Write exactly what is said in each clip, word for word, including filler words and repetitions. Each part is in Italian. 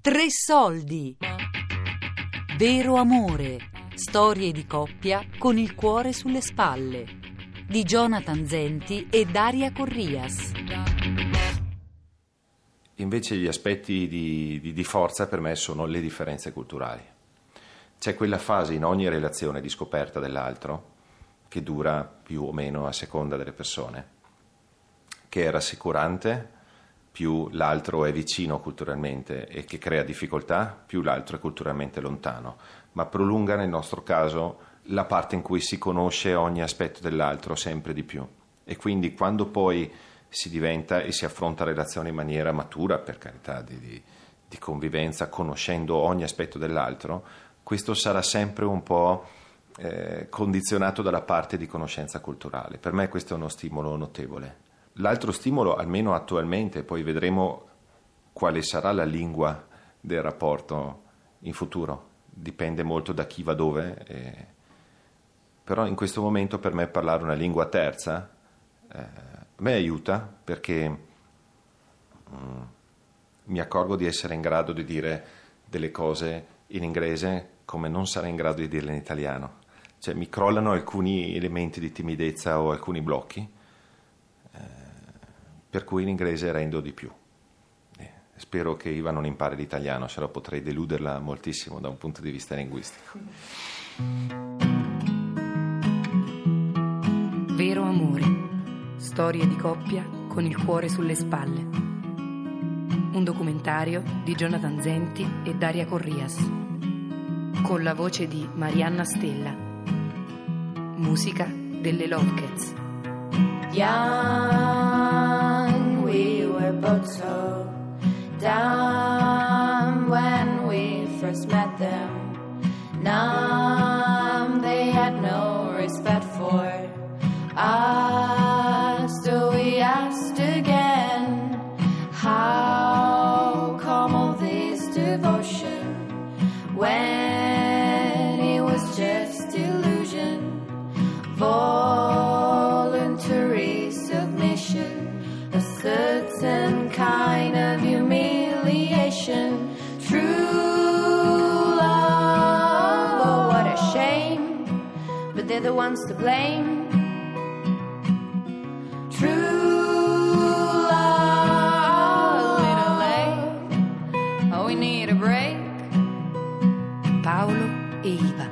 Tre soldi. Vero amore. Storie di coppia con il cuore sulle spalle. Di Jonathan Zenti e Daria Corrias. Invece gli aspetti di, di, di forza per me sono le differenze culturali. C'è quella fase in ogni relazione di scoperta dell'altro, che dura più o meno a seconda delle persone, che è rassicurante, più l'altro è vicino culturalmente e che crea difficoltà, più l'altro è culturalmente lontano, ma prolunga nel nostro caso la parte in cui si conosce ogni aspetto dell'altro sempre di più. E quindi quando poi si diventa e si affronta relazioni in maniera matura, per carità, di, di, di convivenza, conoscendo ogni aspetto dell'altro, questo sarà sempre un po' eh, condizionato dalla parte di conoscenza culturale. Per me questo è uno stimolo notevole. L'altro stimolo, almeno attualmente, poi vedremo quale sarà la lingua del rapporto in futuro, dipende molto da chi va dove, e... però in questo momento per me parlare una lingua terza eh, a me aiuta, perché mm, mi accorgo di essere in grado di dire delle cose in inglese come non sarei in grado di dirle in italiano, cioè mi crollano alcuni elementi di timidezza o alcuni blocchi, per cui in inglese rendo di più. Eh, spero che Iva non impari l'italiano, se no potrei deluderla moltissimo da un punto di vista linguistico. Vero amore. Storie di coppia con il cuore sulle spalle. Un documentario di Jonathan Zenti e Daria Corrias. Con la voce di Marianna Stella. Musica delle Love Cats. Young, we were both so dumb when we first met them. Numb, they had no respect for us. So we asked again, how come all this devotion when it was just illusion? Voluntary submission, a certain kind of humiliation. True love, oh what a shame, but they're the ones to blame. True love, a little late, oh we need a break. Paolo e Iva.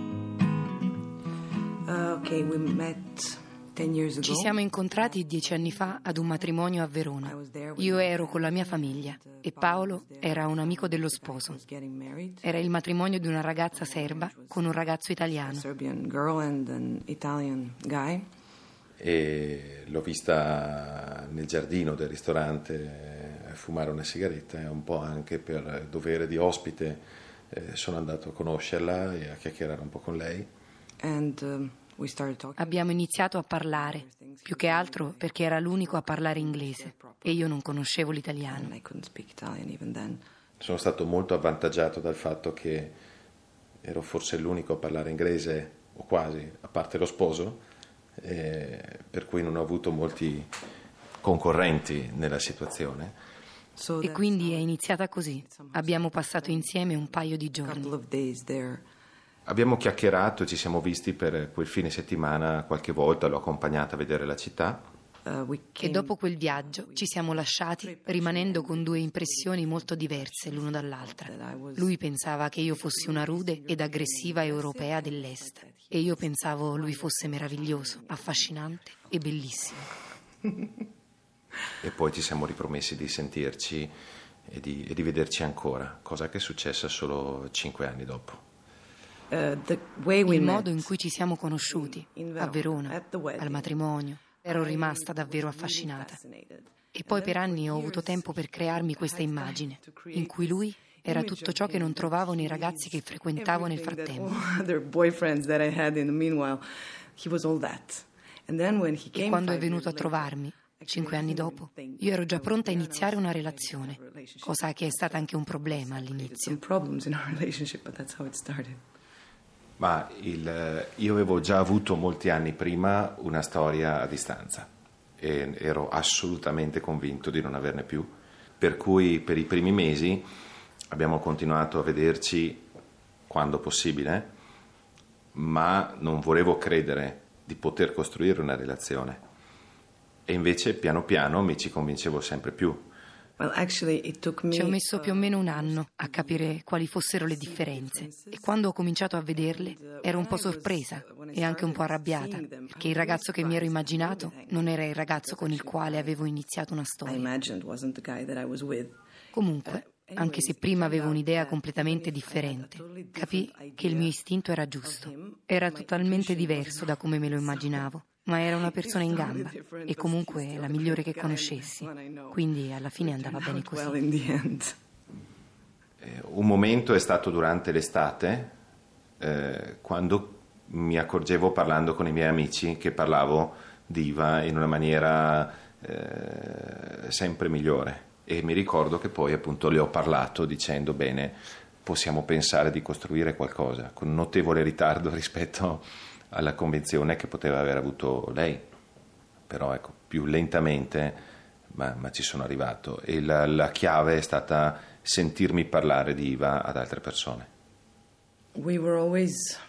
Uh, okay, we met ten years ago. Ci siamo incontrati dieci anni fa ad un matrimonio a Verona. Io ero con la mia famiglia e Paolo era un amico dello sposo. Era il matrimonio di una ragazza serba con un ragazzo italiano. Serbian girl and an Italian guy. E l'ho vista nel giardino del ristorante a fumare una sigaretta, e un po' anche per dovere di ospite eh, sono andato a conoscerla e a chiacchierare un po' con lei. And um, we started talking. Abbiamo iniziato a parlare, più che altro perché era l'unico a parlare inglese e io non conoscevo l'italiano. And I couldn't speak Italian even then. Sono stato molto avvantaggiato dal fatto che ero forse l'unico a parlare inglese, o quasi, a parte lo sposo, eh, per cui non ho avuto molti concorrenti nella situazione. So E quindi è iniziata così. Abbiamo passato insieme un paio di a couple giorni. of days there. Abbiamo chiacchierato, ci siamo visti per quel fine settimana qualche volta, l'ho accompagnata a vedere la città. Uh, we E came, dopo quel viaggio ci siamo lasciati rimanendo con due impressioni molto diverse l'uno dall'altra. Lui pensava che io fossi una rude ed aggressiva europea dell'Est e io pensavo lui fosse meraviglioso, affascinante e bellissimo. E poi ci siamo ripromessi di sentirci e di, e di vederci ancora, cosa che è successa solo cinque anni dopo. uh, the way we Il met modo in cui ci siamo conosciuti in a Verona, at the wedding. al matrimonio, ero rimasta davvero affascinata. E poi per anni ho avuto tempo per crearmi questa immagine, in cui lui era tutto ciò che non trovavo nei ragazzi che frequentavo nel frattempo. Other boyfriends that I had in the meanwhile, he was all that. And then when he E came quando è five venuto a years later, trovarmi, cinque anni dopo, io ero già pronta a iniziare una relazione, cosa che è stata anche un problema all'inizio. some problems in our relationship, but that's how it started. Ma il, io avevo già avuto molti anni prima una storia a distanza e ero assolutamente convinto di non averne più, per cui per i primi mesi Abbiamo continuato a vederci quando possibile, ma non volevo credere di poter costruire una relazione. E invece piano piano mi ci convincevo sempre più. Well, actually, it took me, Ci ho messo più o meno un anno a capire quali fossero le differenze e quando ho cominciato a vederle ero un po' sorpresa e anche un po' arrabbiata, perché il ragazzo che mi ero immaginato non era il ragazzo con il quale avevo iniziato una I storia. imagined wasn't the guy that I was with. Comunque, anche se prima avevo un'idea completamente differente, capii che il mio istinto era giusto. Era totalmente diverso da come me lo immaginavo, ma era una persona in gamba e comunque la migliore che conoscessi. Quindi alla fine andava bene Well, così. in the end. Eh, un momento è stato durante l'estate, eh, quando mi accorgevo parlando con i miei amici che parlavo di Iva in una maniera eh, sempre migliore. E mi ricordo che poi appunto le ho parlato dicendo bene, possiamo pensare di costruire qualcosa, con notevole ritardo rispetto alla convinzione che poteva aver avuto lei. Però ecco, più lentamente, ma, ma ci sono arrivato. E la, la chiave è stata sentirmi parlare di Iva ad altre persone. We were always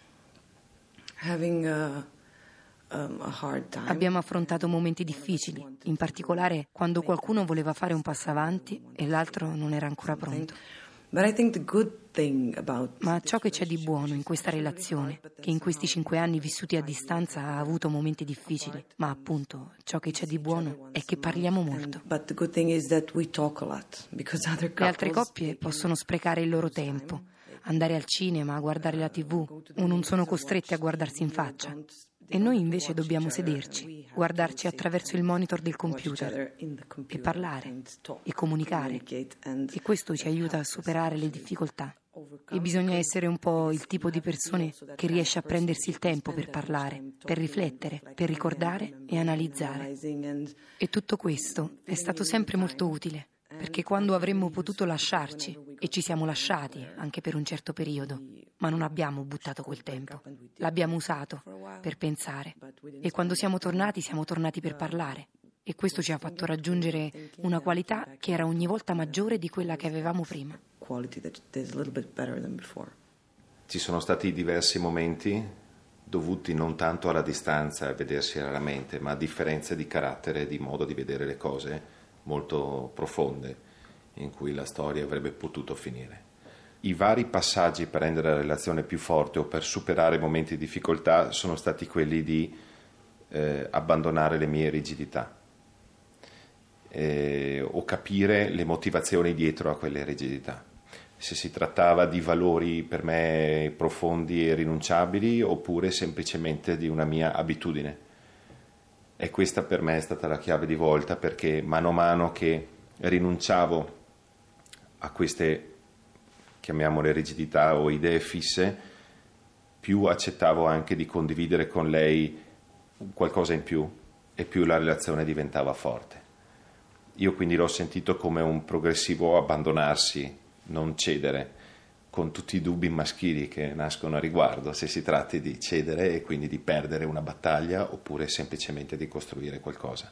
having a, um, a hard time. Abbiamo affrontato momenti difficili, in particolare quando qualcuno voleva fare un passo avanti e l'altro non era ancora pronto. But I think the good thing about Ma ciò che c'è di buono in questa relazione, che in questi cinque anni vissuti a distanza ha avuto momenti difficili, ma appunto ciò che c'è di buono è che parliamo molto. But the good thing is that we talk a lot because other Le altre couples- coppie possono sprecare il loro tempo, andare al cinema, a guardare la tivù, o non sono costrette a guardarsi in faccia. E noi invece dobbiamo sederci, guardarci attraverso il monitor del computer e parlare e comunicare. E questo ci aiuta a superare le difficoltà. E bisogna essere un po' il tipo di persone che riesce a prendersi il tempo per parlare, per riflettere, per ricordare e analizzare. E tutto questo è stato sempre molto utile, perché quando avremmo potuto lasciarci, e ci siamo lasciati anche per un certo periodo, ma non abbiamo buttato quel tempo, l'abbiamo usato per pensare. E quando siamo tornati, siamo tornati per parlare. E questo ci ha fatto raggiungere una qualità che era ogni volta maggiore di quella che avevamo prima. quality that is a little bit better than before. Ci sono stati diversi momenti dovuti non tanto alla distanza e vedersi raramente, ma a differenze di carattere e di modo di vedere le cose molto profonde in cui la storia avrebbe potuto finire. I vari passaggi per rendere la relazione più forte o per superare momenti di difficoltà sono stati quelli di eh, abbandonare le mie rigidità eh, o capire le motivazioni dietro a quelle rigidità. Se si trattava di valori per me profondi e rinunciabili oppure semplicemente di una mia abitudine. E questa per me è stata la chiave di volta, perché mano a mano che rinunciavo a queste, chiamiamole rigidità o idee fisse, più accettavo anche di condividere con lei qualcosa in più e più la relazione diventava forte. Io quindi l'ho sentito come un progressivo abbandonarsi, non cedere, con tutti i dubbi maschili che nascono a riguardo, se si tratti di cedere e quindi di perdere una battaglia oppure semplicemente di costruire qualcosa.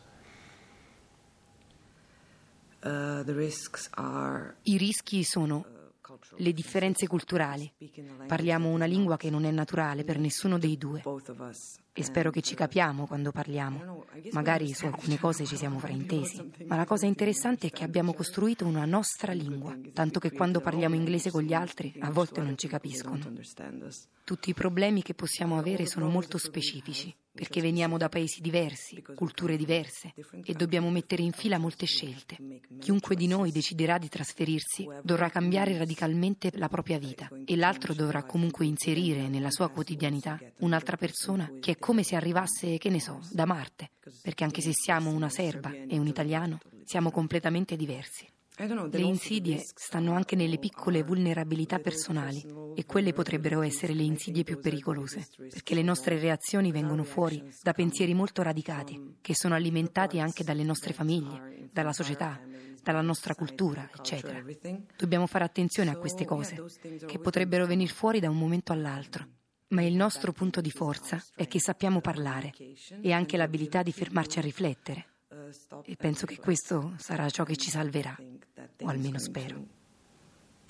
Uh, the risks are I rischi sono le differenze culturali. Parliamo una lingua che non è naturale per nessuno dei due. both of us. E spero che ci capiamo quando parliamo. Magari su alcune cose ci siamo fraintesi, ma la cosa interessante è che abbiamo costruito una nostra lingua, tanto che quando parliamo inglese con gli altri a volte non ci capiscono. Tutti i problemi che possiamo avere sono molto specifici, perché veniamo da paesi diversi, culture diverse, e dobbiamo mettere in fila molte scelte. Chiunque di noi deciderà di trasferirsi dovrà cambiare radicalmente la propria vita, e l'altro dovrà comunque inserire nella sua quotidianità un'altra persona che è come se arrivasse, che ne so, da Marte, perché anche se siamo una serba e un italiano, siamo completamente diversi. Le insidie stanno anche nelle piccole vulnerabilità personali e quelle potrebbero essere le insidie più pericolose, perché le nostre reazioni vengono fuori da pensieri molto radicati, che sono alimentati anche dalle nostre famiglie, dalla società, dalla nostra cultura, eccetera. Dobbiamo fare attenzione a queste cose, che potrebbero venire fuori da un momento all'altro. Ma il nostro punto di forza è che sappiamo parlare e anche l'abilità di fermarci a riflettere. E penso che questo sarà ciò che ci salverà, o almeno spero.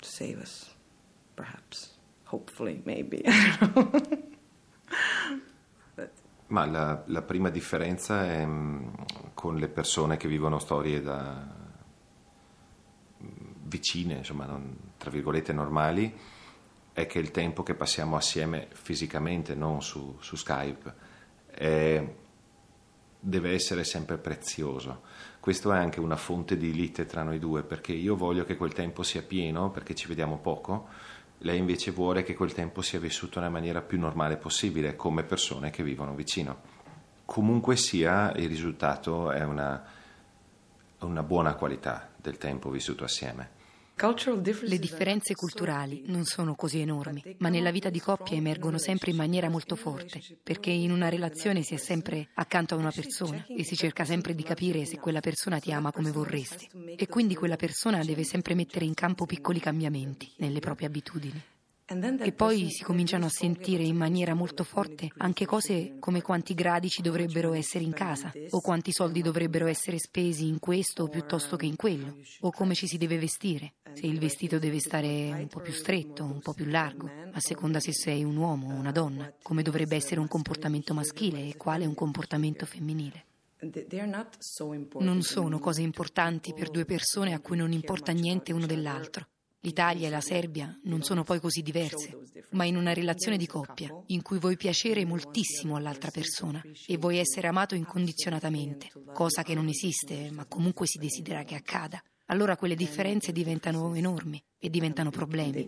to save us, perhaps, hopefully, maybe. I don't know. But... Ma la, la prima differenza è mh, con le persone che vivono storie da mh, vicine, insomma, non, tra virgolette normali, è che il tempo che passiamo assieme fisicamente, non su, su Skype, è, deve essere sempre prezioso. Questo è anche una fonte di lite tra noi due, perché io voglio che quel tempo sia pieno, perché ci vediamo poco, lei invece vuole che quel tempo sia vissuto nella maniera più normale possibile, come persone che vivono vicino. Comunque sia, il risultato è una, una buona qualità del tempo vissuto assieme. Le differenze culturali non sono così enormi, ma nella vita di coppia emergono sempre in maniera molto forte, perché in una relazione si è sempre accanto a una persona e si cerca sempre di capire se quella persona ti ama come vorresti. E quindi quella persona deve sempre mettere in campo piccoli cambiamenti nelle proprie abitudini. E poi si cominciano a sentire in maniera molto forte anche cose come quanti gradi ci dovrebbero essere in casa, o quanti soldi dovrebbero essere spesi in questo piuttosto che in quello, o come ci si deve vestire, se il vestito deve stare un po' più stretto, un po' più largo, a seconda se sei un uomo o una donna, come dovrebbe essere un comportamento maschile e quale un comportamento femminile. Non sono cose importanti per due persone a cui non importa niente uno dell'altro. L'Italia e la Serbia non sono poi così diverse, ma in una relazione di coppia in cui vuoi piacere moltissimo all'altra persona e vuoi essere amato incondizionatamente, cosa che non esiste, ma comunque si desidera che accada, allora quelle differenze diventano enormi e diventano problemi.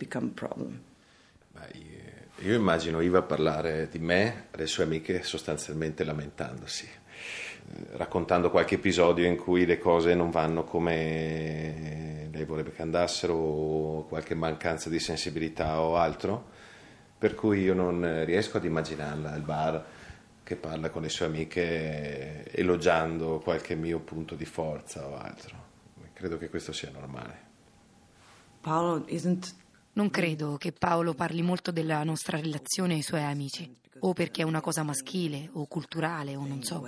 Io immagino Iva parlare di me alle sue amiche sostanzialmente lamentandosi, raccontando qualche episodio in cui le cose non vanno come lei vorrebbe che andassero, o qualche mancanza di sensibilità o altro, per cui io non riesco ad immaginarla al bar che parla con le sue amiche elogiando qualche mio punto di forza o altro. Credo che questo sia normale. Paolo isn't... Non credo che Paolo parli molto della nostra relazione ai suoi amici, o perché è una cosa maschile o culturale o non so.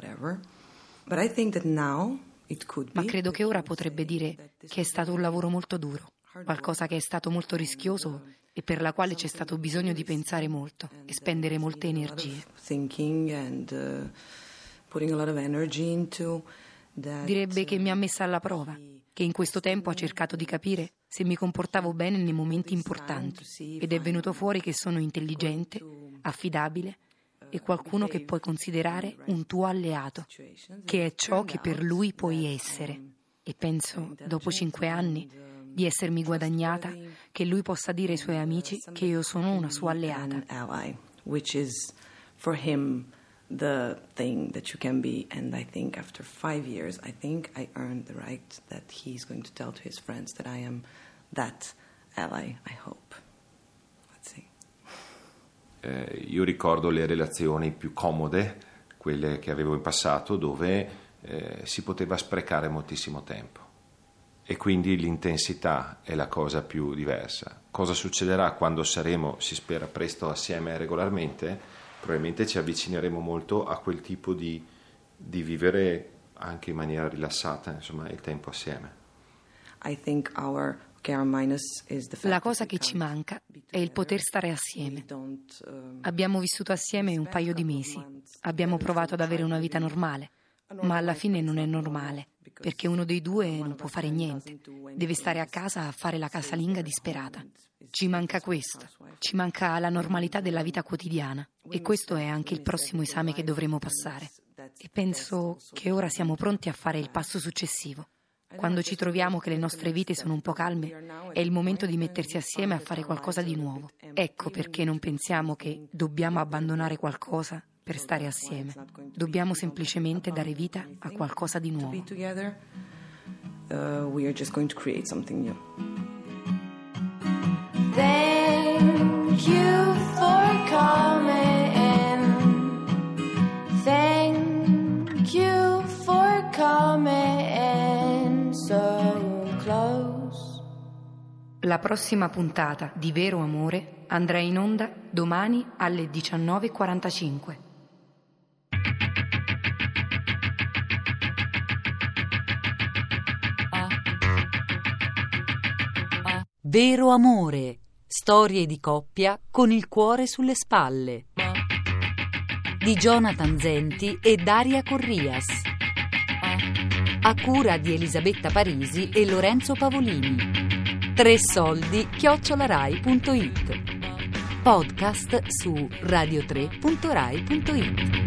Ma credo che ora potrebbe dire che è stato un lavoro molto duro, qualcosa che è stato molto rischioso e per la quale c'è stato bisogno di pensare molto e spendere molte energie. Direbbe che mi ha messa alla prova, che in questo tempo ha cercato di capire se mi comportavo bene nei momenti importanti ed è venuto fuori che sono intelligente, affidabile e qualcuno che puoi considerare un tuo alleato, che è ciò che per lui puoi essere. E penso, dopo cinque anni, di essermi guadagnata che lui possa dire ai suoi amici che io sono una sua alleata. The thing that you can be, and I think after five years, I think I earned the right that he's going to tell to his friends that I am that ally, I hope. Let's see. Eh, io ricordo le relazioni più comode, quelle che avevo in passato, dove eh, si poteva sprecare moltissimo tempo e quindi l'intensità è la cosa più diversa. Cosa succederà quando saremo, si spera presto, assieme regolarmente? Probabilmente ci avvicineremo molto a quel tipo di, di vivere anche in maniera rilassata, insomma, il tempo assieme. I think our care minus is the fact La cosa che ci manca è il poter stare assieme. Abbiamo vissuto assieme un paio di mesi, abbiamo provato ad avere una vita normale, ma alla fine non è normale, perché uno dei due non può fare niente, deve stare a casa a fare la casalinga disperata. Ci manca questo, ci manca la normalità della vita quotidiana e questo è anche il prossimo esame che dovremo passare. E penso che ora siamo pronti a fare il passo successivo. Quando ci troviamo che le nostre vite sono un po' calme, è il momento di mettersi assieme a fare qualcosa di nuovo. Ecco perché non pensiamo che dobbiamo abbandonare qualcosa per stare assieme. Dobbiamo semplicemente dare vita a qualcosa di nuovo. Uh, we are just going to create something new. Thank you for coming. Thank you for coming so close. La prossima puntata di Vero Amore andrà in onda domani alle diciannove e quarantacinque. Vero amore. Storie di coppia con il cuore sulle spalle. Di Jonathan Zenti e Daria Corrias. A cura di Elisabetta Parisi e Lorenzo Pavolini. Tre soldi chiocciolarai punto it. Podcast su radio tre punto rai punto it.